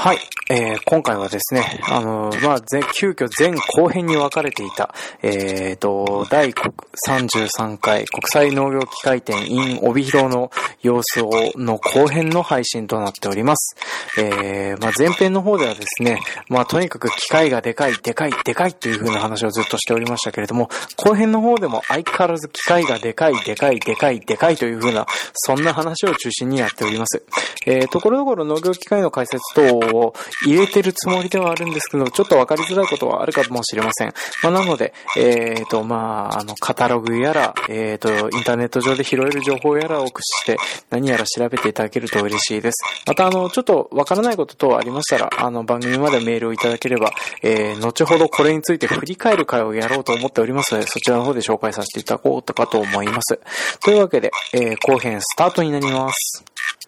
はい、今回はですね、急遽前後編に分かれていた、第33回国際農業機械展 in 帯広の様子の後編の配信となっております。前編の方ではですね、とにかく機械がでかいという風な話をずっとしておりましたけれども、後編の方でも相変わらず機械がでかいという風な、そんな話を中心にやっております。ところどころ農業機械の解説等を入れてるつもりではあるんですけど、ちょっと分かりづらいことはあるかもしれません。なので、カタログやら、インターネット上で拾える情報やらを駆使して、何やら調べていただけると嬉しいです。また、ちょっと分からないこと等ありましたら、番組までメールをいただければ、後ほどこれについて振り返る会をやろうと思っておりますので、そちらの方で紹介させていただこうかと思います。というわけで、後編スタートになります。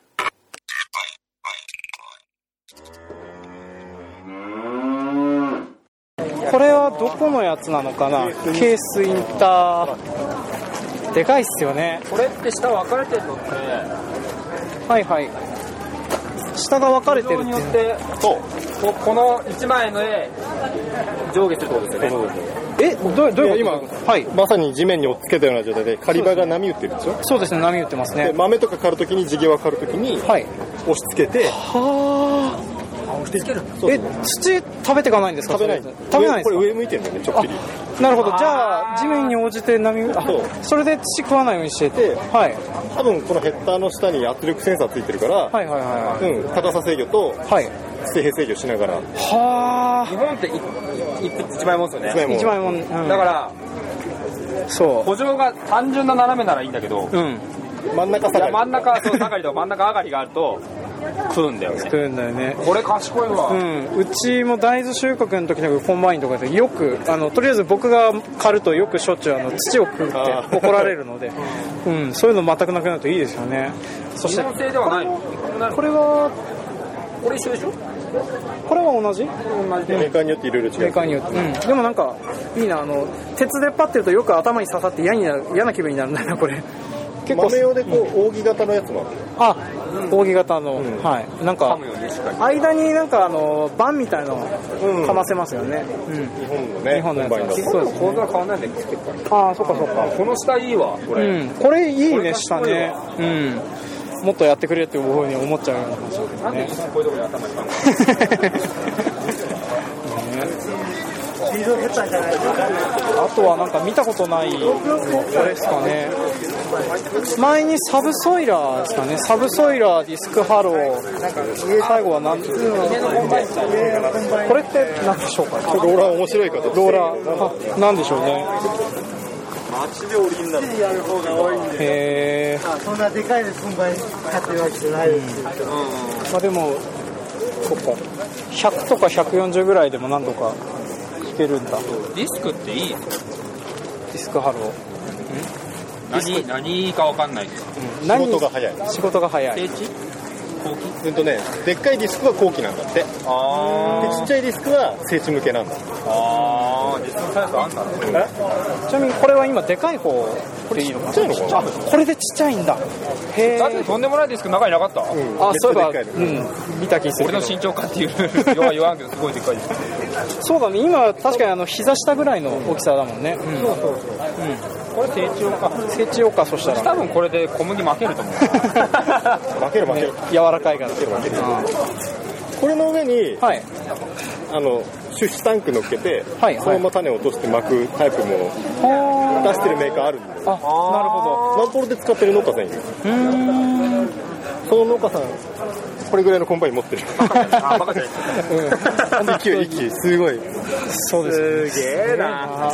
これはどこのやつなのかな。ケースインターでかいっすよね。 これって下分かれてるのって、 はいはい、下が分かれてるってによってそうこの1枚の絵上下するってことですよね。 どういうこと今、はい、まさに地面に押っつけたような状態で狩り場が波打ってるでしょ。 そうですね、波打ってますね。 で豆とか刈るときに地際を刈るときに、はい、押し付けて、 押し付ける。 土食べていかないんですか。 食べないんですか。これ上向いてるんだよね、ちょっぴり。 なるほど。じゃあ地面に応じて波それで土食わないようにしてて、はい、 多分このヘッダーの下に圧力センサーついてるから、高さ制御と、水平制御しながら。 日本って1枚もんですよね。 1枚もん、 だからそう補助が単純な斜めならいいんだけど、 真ん中下がり、 真ん中下がりと真ん中上がりがあると食うんだよね。これ賢いわ。 うちも大豆収穫の時のコンバインとかでよくとりあえず僕が刈るとよくしょっちゅう土を食って怒られるので、そういうの全くなくなるといいですよね。そして日本製ではない。 これはこれ一緒でしょ。 これは同じメーカーによっていろいろ違う。 メーカーによって、でもなんかいいな。鉄でパッてるとよく頭に刺さって嫌な気分になるんだなこれ。 結構豆用で扇形のやつもある。扇形の、はい、なんか間になんかバンみたいなのかませますよね。 日本のやつ。 そうです。構造は変わんないんだけど。 そっか。 この下いいわこれ。 これいいね、下ね。もっとやってくれっていうふうに思っちゃうような話ですね。 なんでこういうところに頭にあとはなんか見たことないのこれですかね。前にサブソイラーですかね。サブソイラー、ディスクハロー、最後はこれって何でしょうか。 ローラー面白い方。 ローラーなんでしょうね。 街で降りんだろう。やる方が多いんで。 へー。そんなでかいで分配買ってるわけじゃないですけど。 でもそっか、100とか140ぐらいでも何とか弾けるんだ。 ディスクっていい。 ディスクハロー。 何か分かんないです。 仕事が早い。 定置？後期？ でっかいディスクは後期なんだって。でちっちゃいディスクは静置向けなんだ。 ディスクのサイズあんだね。 ちなみにこれは今でかい方でいいのかな。これでちっちゃいんだ。へだってとんでもないディスク中になかった。 そういえば見た気する。 俺の身長かっていう言わんけどすごいでかいです。 そうだね。今確かに膝下ぐらいの大きさだもんね。 これ成長用か。 そしたら多分これで小麦負けると思う。 負ける、 柔らかいから。 これの上に、種子タンク乗っけて、そのまま種を落として巻くタイプも出してるメーカーあるんで。 なるほど。 ナンポルで使ってる農家さんいる。その農家さんこれぐらいのコンバイン持ってる。 バカじゃない。 勢いすごい。 そうです。 すげえな。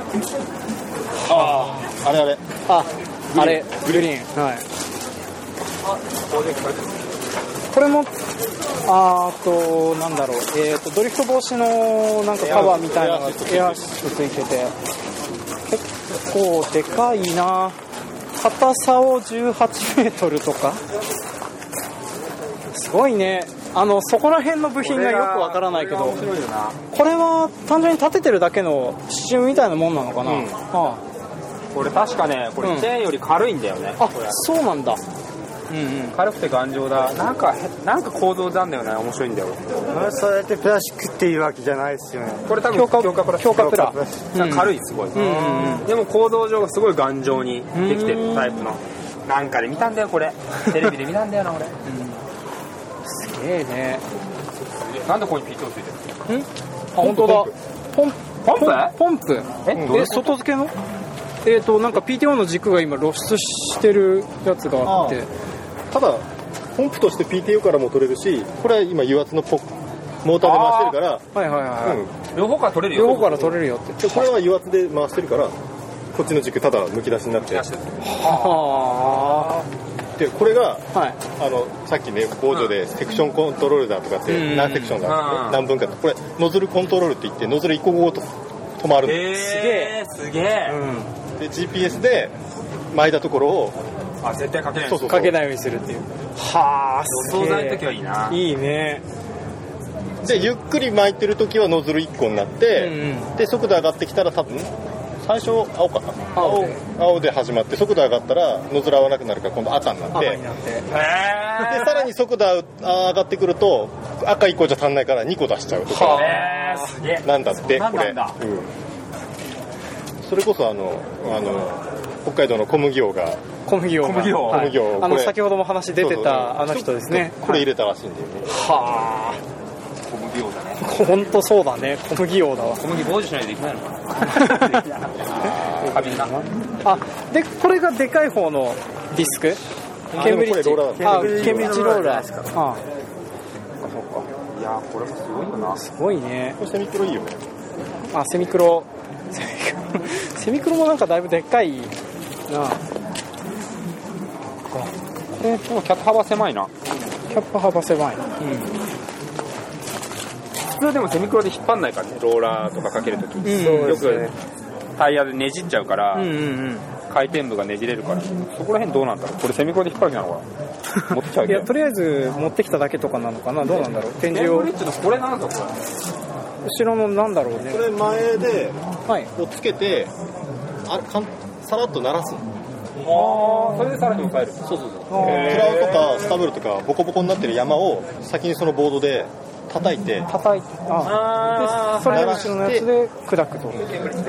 あれグリーン。はい。これもなんだろう、ドリフト防止のなんかカバーみたいなのがエアシストついてて結構でかいな。硬さを18メートルとかすごいね。そこら辺の部品がよくわからないけど、これは単純に立ててるだけの支柱みたいなもんなのかな。 これ確かね、これチェーンより軽いんだよね。 そうなんだ。 軽くて頑丈だ。なんか構造なんだよね。面白いんだよ。 そうやってプラスチックっていうわけじゃないですよね。 これ多分強化プラスチック。軽い、すごい。でも構造上がすごい頑丈にできてるタイプの。なんかで見たんだよこれ。テレビで見たんだよな俺。 すげえね。 なんでここに PTO ついてる？ あ、本当だ。ポンプ？外付けの？なんか PTO の軸が今露出してるやつがあって。 ただポンプとして PTO からも取れるし、これは今油圧のモーターで回してるから、 両方から取れるよ。 両方から取れるよって。 これは油圧で回してるから、こっちの軸ただむき出しになって。でこれが、さっきね工場でセクションコントロールだとかって何セクションが何分かこれノズルコントロールって言ってノズル1個ごと止まるんです。 すげえ。 で GPS で巻いたところを絶対かけない。 かけないようにするっていう。 予想剤の時はいいな。 いいね。 でゆっくり巻いてる時はノズル1個になって、で速度上がってきたら多分最初青かな、青で始まって速度上がったらノズル合わなくなるから今度赤になって、でさらに速度上がってくると赤1個じゃ足んないから2個出しちゃうとかなんだってこれ、それこそ北海道の小麦王が先ほども話出てたあの人ですね。 これ入れたらしいんだよね。 小麦王だね。 本当そうだね。小麦王だわ。 小麦防除しないとできないのかな。 でこれがでかい方のディスク。ケンブリッジローラーですか。そうか。 いやこれもすごいよな。 すごいね。 セミクロいいよね。 セミクロもなんかだいぶでっかいな。 これキャップ幅狭いな。 キャップ幅狭い。 普通でもセミクロで引っ張んないからね。ローラーとかかけるとき、よくタイヤでねじっちゃうから、回転部がねじれるから、そこら辺どうなんだろう。これセミクロで引っ張る気なのかな。持ってきちゃうけど。 いやとりあえず持ってきただけとかなのかな。どうなんだろう。 天井ブリッジのこれなんだこれ。 後ろのなんだろうね。 これ前でこうつけてさらっと鳴らす。 それでさらに抑える。 そう。プラウとかスタブルとかボコボコになってる山を先にそのボードで叩いて、でそれで後ろのやつで砕くと。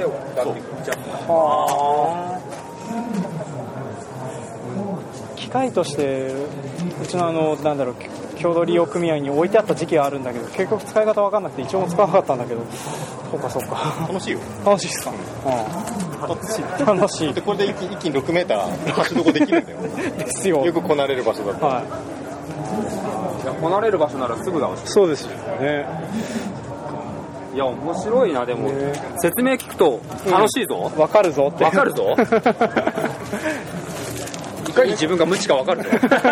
機械としてうちの共同利用組合に置いてあった時期があるんだけど、結局使い方分かんなくて一応も使わなかったんだけど。そうか。 楽しいよ。 楽しいですか。楽しい。 でこれで一気に6メーター走ることできるんだよ。 ですよ。 よくこなれる場所だった。 いやこなれる場所ならすぐだわ。 そうですよね。 いや面白いな。でも説明聞くと楽しいぞ。 分かるぞって。 分かるぞ。いかに自分が無知か分かるぞ。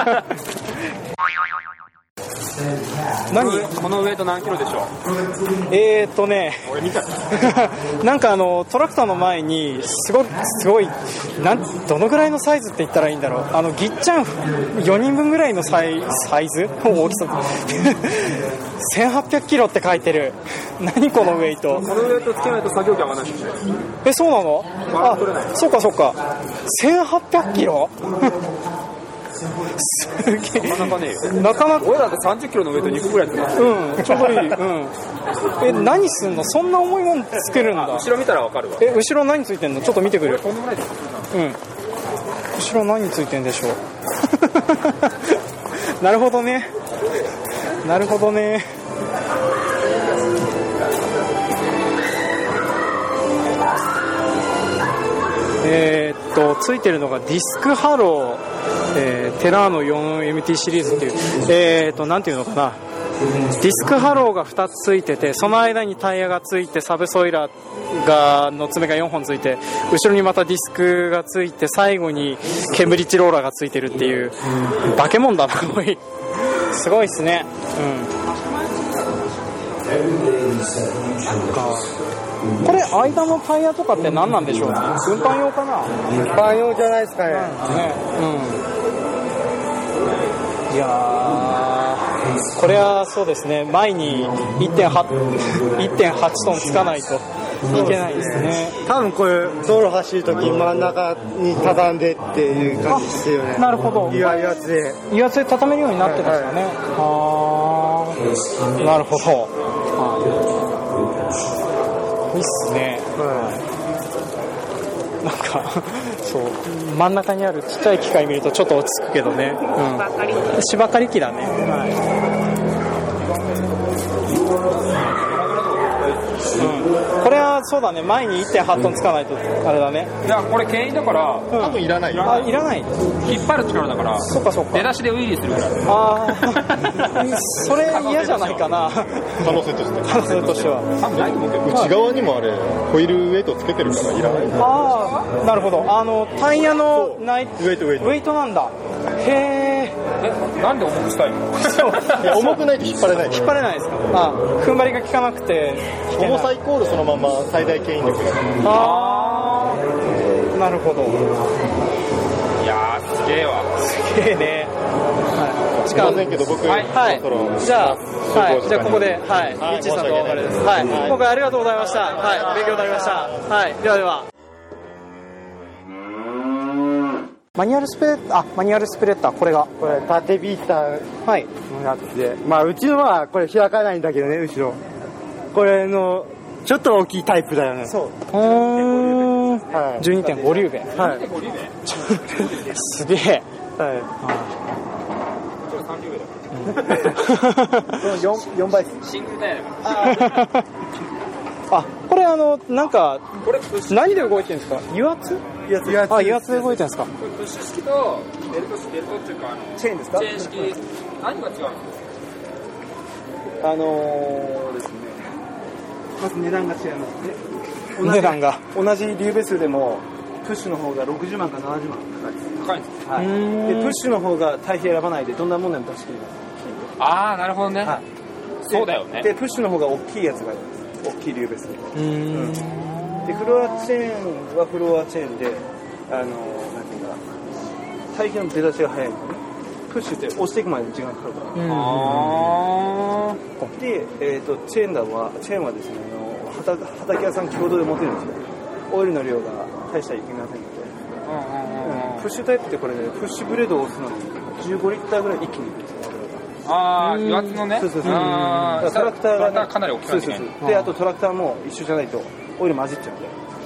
このウエイト何キロでしょう。 俺見た。 なんかトラクターの前にすごいどのぐらいのサイズって言ったらいいんだろう。ぎっちゃん4人分ぐらいのサイズ大きさ。1800キロって書いてる。何このウエイト。 このウエイトつけないと作業機上がらないんですよ。 そうなの？そうか。1800キロ？すげえ。 なかなかねえよ。 なかなか。 俺らって30キロのウエイト2個ぐらいつけます。 ちょうどいい。何すんの？そんな重いもんつけるんだ。 後ろ見たらわかるわ。 後ろ何ついてんの？ちょっと見てくれる。 とんでもないです。 後ろ何ついてんでしょう。なるほどね。ついてるのがディスクハロー、テラーノ 4MT シリーズっていう、なんていうのかな、ディスクハローが2つついてて、その間にタイヤがついて、サブソイラーの爪が4本ついて、後ろにまたディスクがついて、最後にケンブリッジローラーがついてるっていう、化け物だな。すごいっすね。これ間のタイヤとかって何なんでしょうね。運搬用かな。 運搬用じゃないですかね。 いやー、これはそうですね。前に 1.8 トンつかないといけないですね。 多分これ道路走るとき真ん中に畳んでっていう感じですよね。 なるほど。 油圧で畳めるようになってますよね。なるほど。いいっすね。なんかそう真ん中にあるちっちゃい機械見るとちょっと落ち着くけどね。芝刈り機だね。これはそうだね、前に 1.8 トンつかないとあれだね。 いやこれ牽引だから多分いらない。 いらない。 引っ張る力だから。 そっか。 出だしでウィリーするぐらい。 それ嫌じゃないかな。 可能性としては多分ないと思うけど。 内側にもあれホイールウェイトつけてるからいらない。 なるほど。タイヤのウェイトなんだ。へえ。 なんで重くしたいの？ いや重くないと引っ張れない。 引っ張れないですか。踏ん張りが効かなくて。 重さイコールそのまま最大牽引力が。 なるほど。 いやーすげえわ。 すげえね。 すみませんけど僕、 じゃあここでミッチーさんとお別れです。今回ありがとうございました。勉強になりました。では。マニュアルスプレッダー、これ縦ビーターのやつで、うちのはこれ開かないんだけどね、後ろこれのちょっと大きいタイプだよね。 そう。12.5 リューベ。すげえ。 4倍シングルタイヤだから。 これなんか何で動いてるんですか？油圧で動いてるんですか？ プッシュ式とベルトっていうかチェーンですか？ チェーン式何が違うんですか？ ですね、まず値段が違いますね。 値段が同じリューベ数でもプッシュの方が60万か70万高いんですか？ でプッシュの方が対比選ばないでどんなもんでも出しています。 なるほどね。そうだよね。 でプッシュの方が大きいやつがあります。大きいリューベスでフロアチェーンはフロアチェーンでなんていうか対比の出だしが早いんですね。プッシュって押していくまでに時間かかるから。で、チェーンはですね畑屋さん共同で持てるんですよ。オイルの量が大したいけませんので、プッシュタイプってこれね、プッシュブレードを押すのに15リッターぐらい一気にいくんですよ。 油圧のね。 そう。トラクターがね、 かなり大きくなってね。 で、あとトラクターも一緒じゃないとオイル混じっちゃうんで。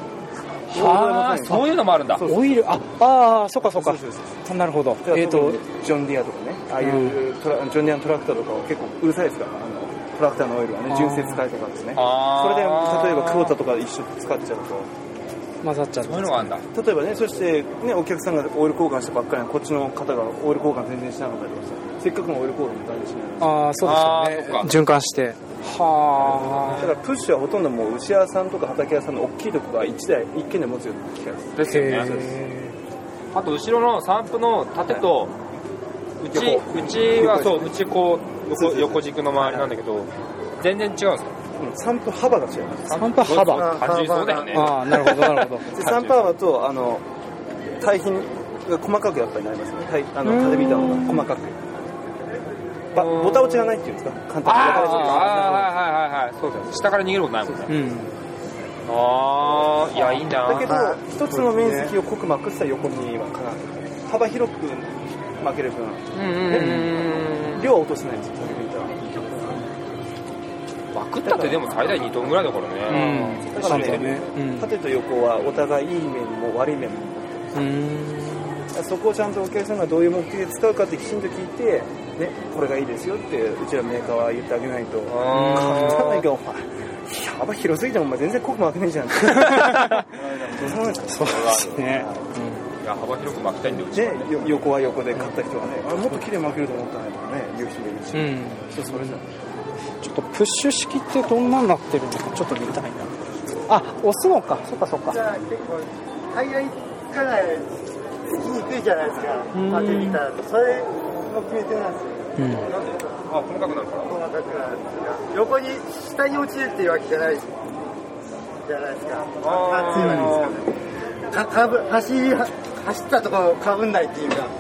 そういうのもあるんだ。 オイル、そっか。なるほど。 ジョンディアとかね、ああいうジョンディアのトラクターとかは結構うるさいですから、トラクターのオイルはね、純正使いとかですね。それで例えばクォーターとか一緒に使っちゃうと混ざっちゃう。 そういうのがあるんだ。 例えばね、そしてね、お客さんがオイル交換したばっかりのこっちの方がオイル交換全然しなかったりとかさ、せっかくのオイル交換も大事しない。 そうですよね。循環して。 だからプッシュはほとんどもう牛屋さんとか畑屋さんの大きいとこが一軒で持つような機械です。 ですよね。あと後ろのサンプの縦とうちはそう、うちこう横軸の周りなんだけど全然違うんですか？ サンプ幅が違います。 サンプ幅。 感じそうだよね。 なるほど。 サンプ幅と対比が細かくやっぱりなりますね。縦ビーターの方が細かく。ボタ落ちがないっていうんですか？簡単に分かりやすい。 そうです。下から逃げることないもんね。いやいいんだ。 だけど一つの面積を濃くまくった横にはかなり幅広く巻ける分、量は落とせないんですよ。縦ビーターは。 まくったってでも最大2トンぐらいだからね。 だからね、縦と横はお互いいい面も悪い面も。そこをちゃんとお客さんがどういう目的で使うかってきちんと聞いて、ね、これがいいですよってうちらメーカーは言ってあげないと、簡単ないかお前幅広すぎてもお前全然濃く巻けないじゃん。そうですね。 いや幅広く巻きたいんでうちはね。横は横で買った人がね、もっと綺麗に巻けると思ったねとかね言う人もいるし、人それぞれ。 ちょっとプッシュ式ってどんなになってるのかちょっと見たいな。押すのか。そっか。 じゃあ結構タイヤにつかないつきにくいじゃないですか。縦ビーターだとそれも決め手なんですよ。 細かくなるから。 細かくなるんですが、横に下に落ちるっていうわけじゃないですか。強いですかね。走ったところかぶんないっていうか。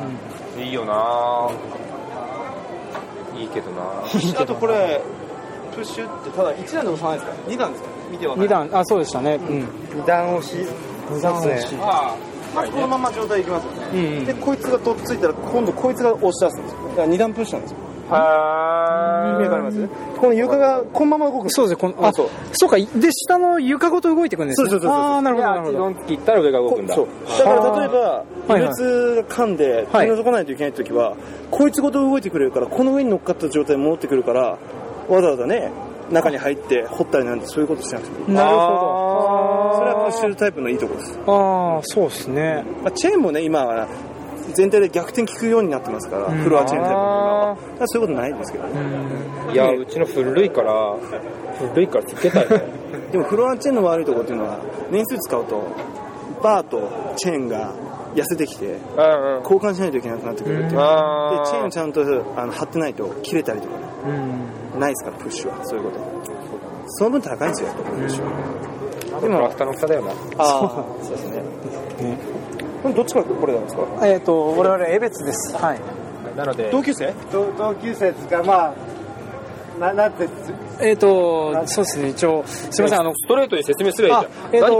いいよな。いいけどな。 あとこれプッシュってただ1段で押さないですか？2段ですか？見てわかる。 2段、あ、そうでしたね。 2段押し。 2段押し。 まずこのまま状態いきますよね。で、こいつがとっついたら、今度こいつが押し出すんですよ。だから2段プッシュなんですよ。意味わかります？この床がこのまま動く。 そうですね。そうか。で、下の床ごと動いていくんですね。 そう。 ああ、なるほど、なるほど。 ドンって切ったら上が動くんだ。 そう。だから例えば、異物が噛んで取り除かないといけないときは、こいつごと動いてくれるから、この上に乗っかった状態に戻ってくるから、わざわざね、中に入って掘ったりなんてそういうことしなくても。 なるほど。 それはプッシュタイプのいいところです。 ああ、そうですね。 チェーンもね、今は全体で逆転効くようになってますから、フロアチェーンタイプも今は。そういうことないんですけどね。 いや、うちの古いからつけたいね。 でもフロアチェーンの悪いところっていうのは、年数使うと、バーとチェーンが痩せてきて、交換しないといけなくなってくるっていう。で、チェーンをちゃんと貼ってないと切れたりとかね。ないですから、プッシュは。そういうこと。その分高いんですよ、やっぱプッシュは。 でもラフターの下だよな。 そうですね。これどっちからこれなんですか？ 我々江別です。はい。 なので同級生？ 同級生ですか、まあ、なんて、 そうですね、一応、すみません、 ストレートに説明すればいいじゃん。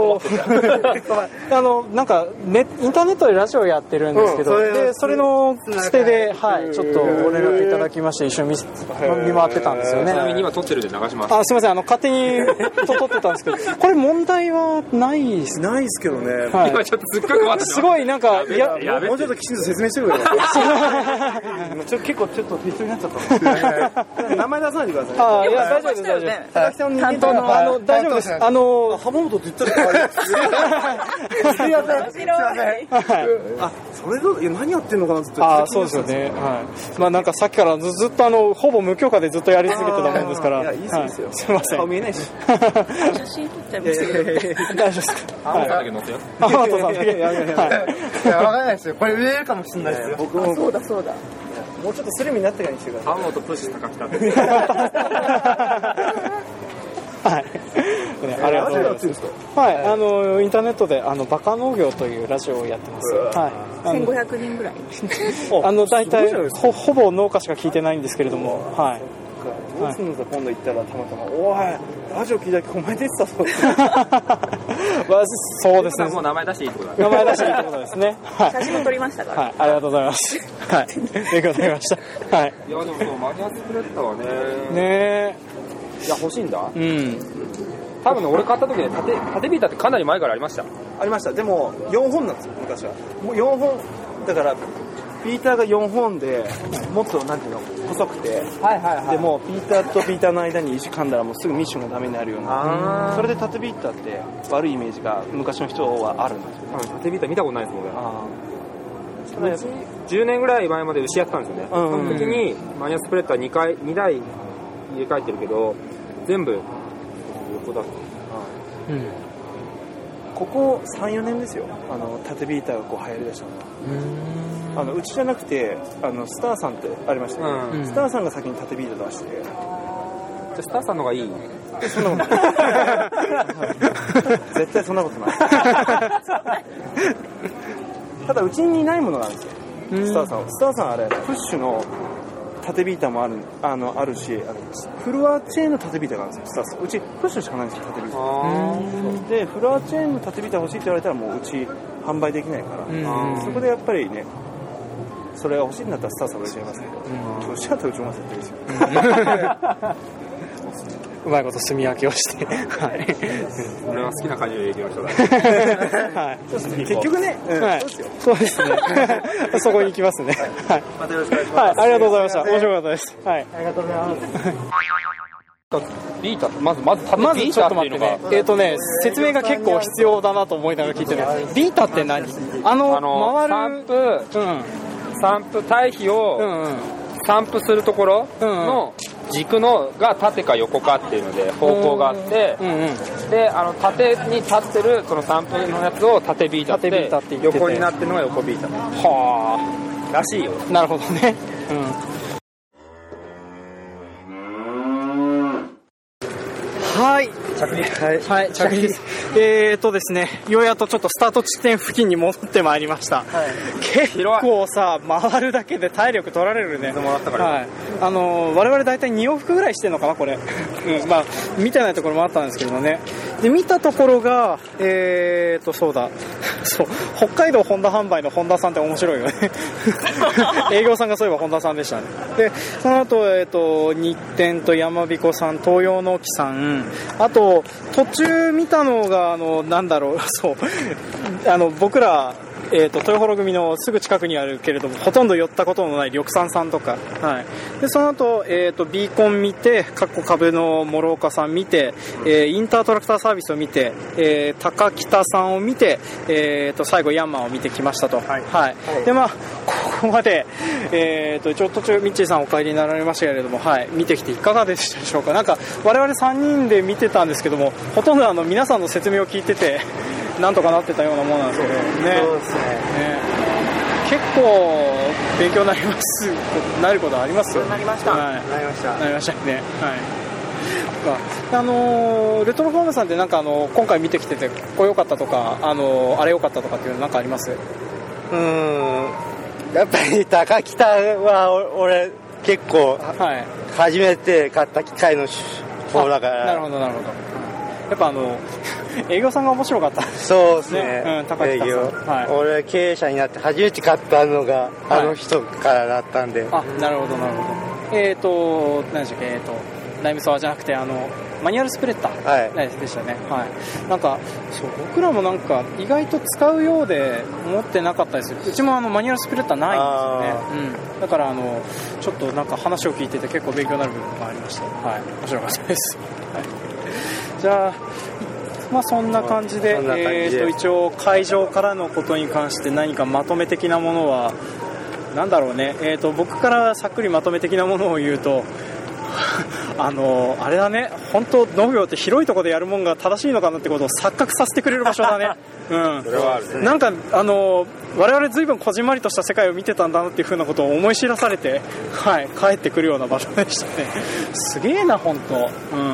なんか、インターネットでラジオやってるんですけど、で、それのつてで、はい、ちょっとご連絡いただきまして、一緒に見回ってたんですよね。 ちなみに今撮ってるんで流します。 すみません、勝手に撮ってたんですけど、これ問題はないですないですけどね。 今ちょっとすっごく待ってすごいなんか、いや、 もうちょっときちんと説明してくれよ。結構ちょっと適当になっちゃった名前出さないでください。 いや、大丈夫です、大丈夫です。担当の、大丈夫です。 浜本って言ったら可愛い。すいません。すいません。それぞれ何やってんのかなって。 そうですよね。はい。まあなんかさっきからずっとほぼ無許可でずっとやり続けてたもんですから。 いや、いいですよ。 すいません。 顔見えないし。 写真撮っちゃいますけど。 大丈夫ですか？ 浜本だけ載せよ。 浜本さんだけ。 いや、わかんないですよ。これ売れるかもしれないですよ。 僕も。 そうだ。 もうちょっとスリムになってからにしてください。 浜本プッシュ高木さんです。 はい。ありがとうございます。はい。インターネットでバカ農業というラジオをやってます。はい。 1500人ぐらい。 大体ほぼ農家しか聞いてないんですけれども、はい。 どうすんのか今度行ったらたまたま、おい、ラジオ聞いたけどお前出てたぞ。 そうですね。 もう名前出していいってことだね。 名前出していいってことですね。はい。 写真も撮りましたから。 はい。ありがとうございます。はい。勉強になりました。はい。 いや、でもそう、マニアスプレッダーはね。 ねいや、欲しいんだ。 多分ね、俺買った時ね、縦ビーターってかなり前からありました。 ありました。でも、4本なんですよ、昔は。もう4本、だから、ビーターが4本で、もっと、なんていうの、細くて、でも、ビーターとビーターの間に石噛んだらもうすぐミッションがダメになるような。それで縦ビーターって悪いイメージが昔の人はあるんですよ。 縦ビーター見たことないですもんね。10年ぐらい前まで牛やってたんですよね。その時に、マニアスプレッダー2台入れ替えてるけど、全部、横だった。 ここ3、4年ですよ。縦ビーターがこう流行りだしたの。うちじゃなくて、スターさんってありましたね。スターさんが先に縦ビーター出して。じゃあスターさんの方がいい？ そんなことない。絶対そんなことない。ただ、うちにないものがあるんですよ。スターさんは。スターさんあれ、プッシュの縦ビーターもあるし、フロアチェーンの縦ビーターがあるんですよ、スターさん。うちプッシュしかないんですよ、縦ビーター。で、フロアチェーンの縦ビーター欲しいって言われたらもううち販売できないから、そこでやっぱりね、それが欲しいんだったらスターさん売れちゃいますけど、うちだったらうちも絶対ですよ。 うまいこと住み分けをして、はい。 俺は好きな感じでできましたね。 はい。 結局ね、 そうですね。そこに行きますね。はい。 またよろしくお願いします。 はい、ありがとうございました。面白かったです。はい。 ありがとうございます。 ビーター、まず縦ビーターっていうのが、 説明が結構必要だなと思いながら聞いてる。ビーターって何？回る散布対比を散布するところの軸のが縦か横かっていうので方向があって、で縦に立ってるその散布のやつを縦ビーターって横になってるのが横ビーター。はあ、らしいよ。 なるほどね。はい。 着陸。 はい、着陸。ですね、ようやっとちょっとスタート地点付近に戻ってまいりました。はい、結構さ、回るだけで体力取られるね。はい。我々だいたい2往復ぐらいしてんのかな、これ。まあ、見てないところもあったんですけどもね。で、見たところが、そうだ。そう、北海道ホンダ販売のホンダさんって面白いよね。営業さんがそういえばホンダさんでしたね。で、その後、日展と山彦さん、東洋農機さん、あと、途中見たのが、なんだろう、そう、僕ら、豊幌組のすぐ近くにあるけれどもほとんど寄ったことのない緑山さんとか、はい、でその後、ビーコン見て株の諸岡さん見て、インタートラクターサービスを見て、高北さんを見て、最後ヤンマンを見てきましたと、はいはい、でまあここまで、一応途中ミッチーさんお帰りになられましたけれども、はい、見てきていかがでしたでしょうか。なんか我々3人で見てたんですけどもほとんど皆さんの説明を聞いててなんとかなってたようなものなんですけどね。そうですね。結構勉強になります。なることありますよ。 なりました。 はい、なりました。なりましたね。はい。レトロフォームさんってなんか今回見てきててここ良かったとかあれ良かったとかっていうのなんかあります？ やっぱり高北は俺結構初めて買った機械の方だから。 なるほどなるほど。やっぱ営業さんが面白かった。 そうですね。 高北さん。 はい、俺経営者になって初めて買ったのがあの人からだったんで。 あ、なるほどなるほど。何でしたっけナイムソワじゃなくてマニュアルスプレッダーでしたね。はい。なんかそう僕らもなんか意外と使うようで持ってなかったです。うちもマニュアルスプレッダーないんですよね。だからちょっとなんか話を聞いてて結構勉強になる部分がありました。はい。面白かったです。はい。じゃあまあそんな感じで、一応会場からのことに関して何かまとめ的なものはなんだろうね。僕からさっくりまとめ的なものを言うとあれだね、本当農業って広いところでやるもんが正しいのかなってことを錯覚させてくれる場所だね。うん。それはあるね。なんか我々ずいぶんこじんまりとした世界を見てたんだなっていう風なことを思い知らされて、はい、帰ってくるような場所でしたね。すげえな本当。うん。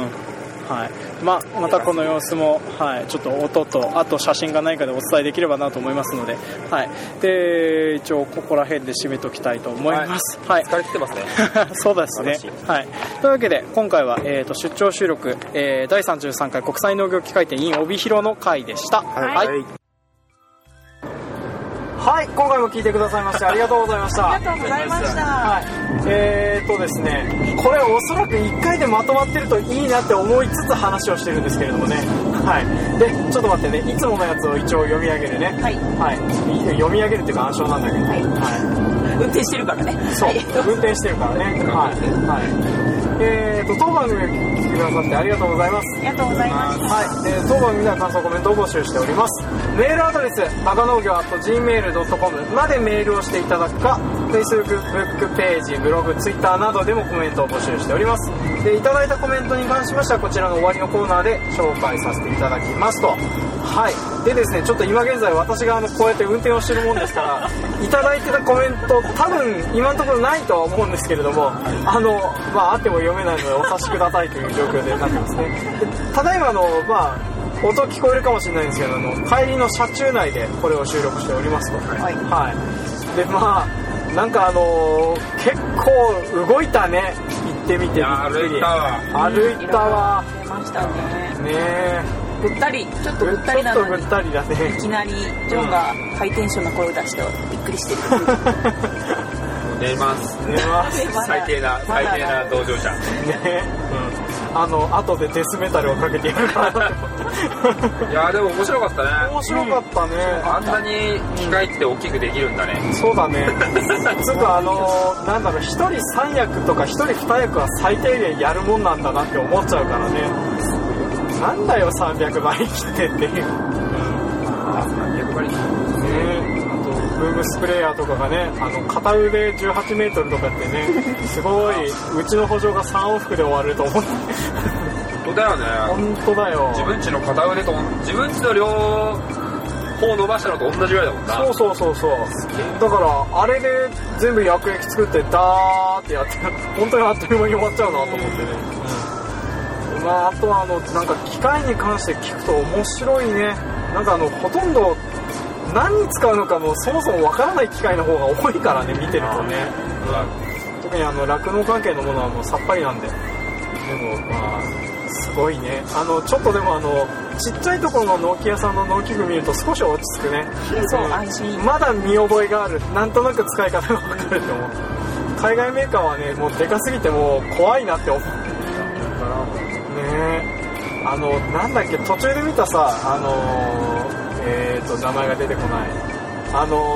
はい、またこの様子も、はい、ちょっと音とあと写真が何かでお伝えできればなと思いますので、はい、で一応ここら辺で締めときたいと思います。はい、 疲れてますね。 そうですね。はい、というわけで今回は、出張収録、第33回国際農業機械展 in 帯広の回でした。はい、はい、今回も聞いてくださいましてありがとうございました。 ありがとうございました。 はい、ですね、これおそらく1回でまとまってるといいなって思いつつ話をしてるんですけれどもね。はい。で、ちょっと待ってね、いつものやつを一応読み上げるね。はい。はい。読み上げるっていうか暗唱なんだけど。はい。 はい、運転してるからね。 そう。はい、運転してるからね。はい。はい。当番組を聞いてくださってありがとうございます。 ありがとうございます。 はい。当番組では感想コメントを募集しております。メールアドレスバカ農業@gmail.com までメールをしていただくか、Facebook ページ、ブログ、Twitter などでもコメントを募集しております。で、いただいたコメントに関しましてはこちらの終わりのコーナーで紹介させていただきますと。はい。でですね、ちょっと今現在私がこうやって運転をしてるもんですからいただいてたコメント多分今のところないとは思うんですけれども、あっても読めないのでお察しくださいという状況でなってますね。でただいま音聞こえるかもしれないんですけど帰りの車中内でこれを収録しておりますと。はい。はい。でなんか結構動いたね。行ってみてびっくり。歩いたわ。 出ましたね。 ねえ。 ぐったり、ちょっとぐったりなのに。 ちょっとぐったりだね。 いきなりジョンがハイテンションな声を出してびっくりしてる。 寝ます。最低な同乗者。ね。 後でデスメタルをかけてやるから。 いやでも面白かったね。 面白かったね。 あんなに機械って大きくできるんだね。 そうだね。つうかなんだろう、一人3役とか一人2役は最低限やるもんなんだなって思っちゃうからね。なんだよ300馬力ってっていう。 300馬力。ね。 ブームスプレーヤーとかがね、片腕18メートルとかってね、すごい、うちの補助が3往復で終わると思って。 本当だよね。 本当だよ。 自分家の片腕と、自分家の両方伸ばしたのと同じぐらいだもんな。 そう。だから、あれで全部薬液作って、ダーってやって、本当にあっという間に終わっちゃうなと思ってね。 まあ、あとはなんか機械に関して聞くと面白いね。なんかほとんど何に使うのかもそもそもわからない機械の方が多いからね、見てるとね。特に酪農関係のものはもうさっぱりなんで。でもまあすごいね。ちょっとでもちっちゃいところの農機屋さんの農機具見ると少し落ち着くね。 そう、安心。 まだ見覚えがある。なんとなく使い方がわかると思う。海外メーカーはね、もうでかすぎてもう怖いなって思うね。なんだっけ、途中で見たさ、名前が出てこない。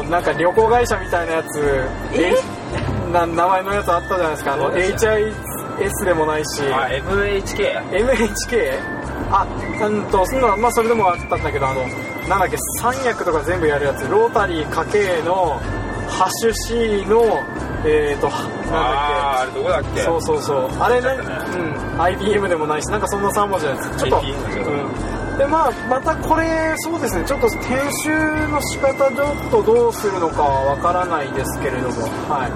なんか旅行会社みたいなやつ、名前のやつあったじゃないですか。HIS でもないし。MHK？ まあそれでもあったんだけど、なんだっけ、三役とか全部やるやつ、ロータリー家計のハッシュ C のなんだっけ、 あれどこだっけ。 そうあれね、IBM でもないし、なんかそんな3文字なんです。ちょっと、でまたこれそうですね、ちょっと編集の仕方ちょっとどうするのかはわからないですけれども、はい、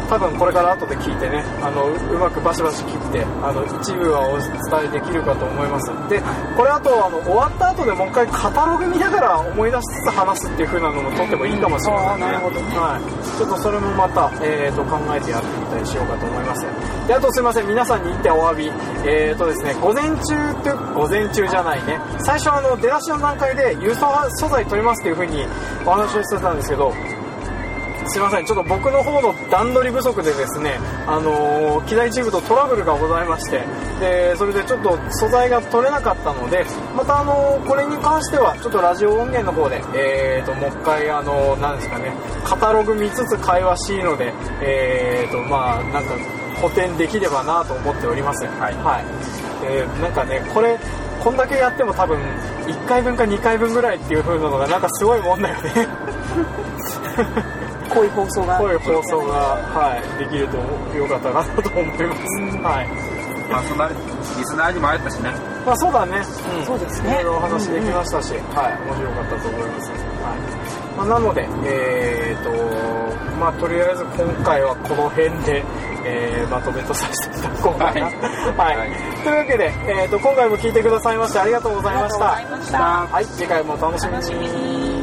多分これから後で聞いてね、うまくバシバシ切って一部はお伝えできるかと思います。でこれあと終わった後でもう一回カタログ見ながら思い出しつつ話すっていう風なのもとってもいいかもしれませんね。なるほど、はい、ちょっとそれもまた、考えてやってみたりしようかと思います。であとすいません、皆さんに言ってお詫び、ですね、午前中じゃないね、最初出だしの段階で郵送素材取りますっていう風にお話をしてたんですけど、すいません、ちょっと僕の方の段取り不足でですね、機材チームとトラブルがございまして、でそれでちょっと素材が取れなかったので、またこれに関してはちょっとラジオ音源の方でもう一回なんですかね、カタログ見つつ会話しいのでまあなんか補填できればなと思っております。はい、はい、なんかね、こんだけやっても多分1回分か2回分ぐらいっていう風なのがなんかすごいもんだよね。 こういう放送が、 はい、できるとよかったなと思います。はい。 まあそんなリスナーにも会えたしね。 まあそうだね。 そうですね。 いろいろお話できましたし、はい、面白かったと思います。はい。まあ、なのでまあとりあえず今回はこの辺で。まとめとさせていただこうかな、はいはい、というわけで、今回も聞いてくださいましてありがとうございました。 はい、次回もお楽しみに。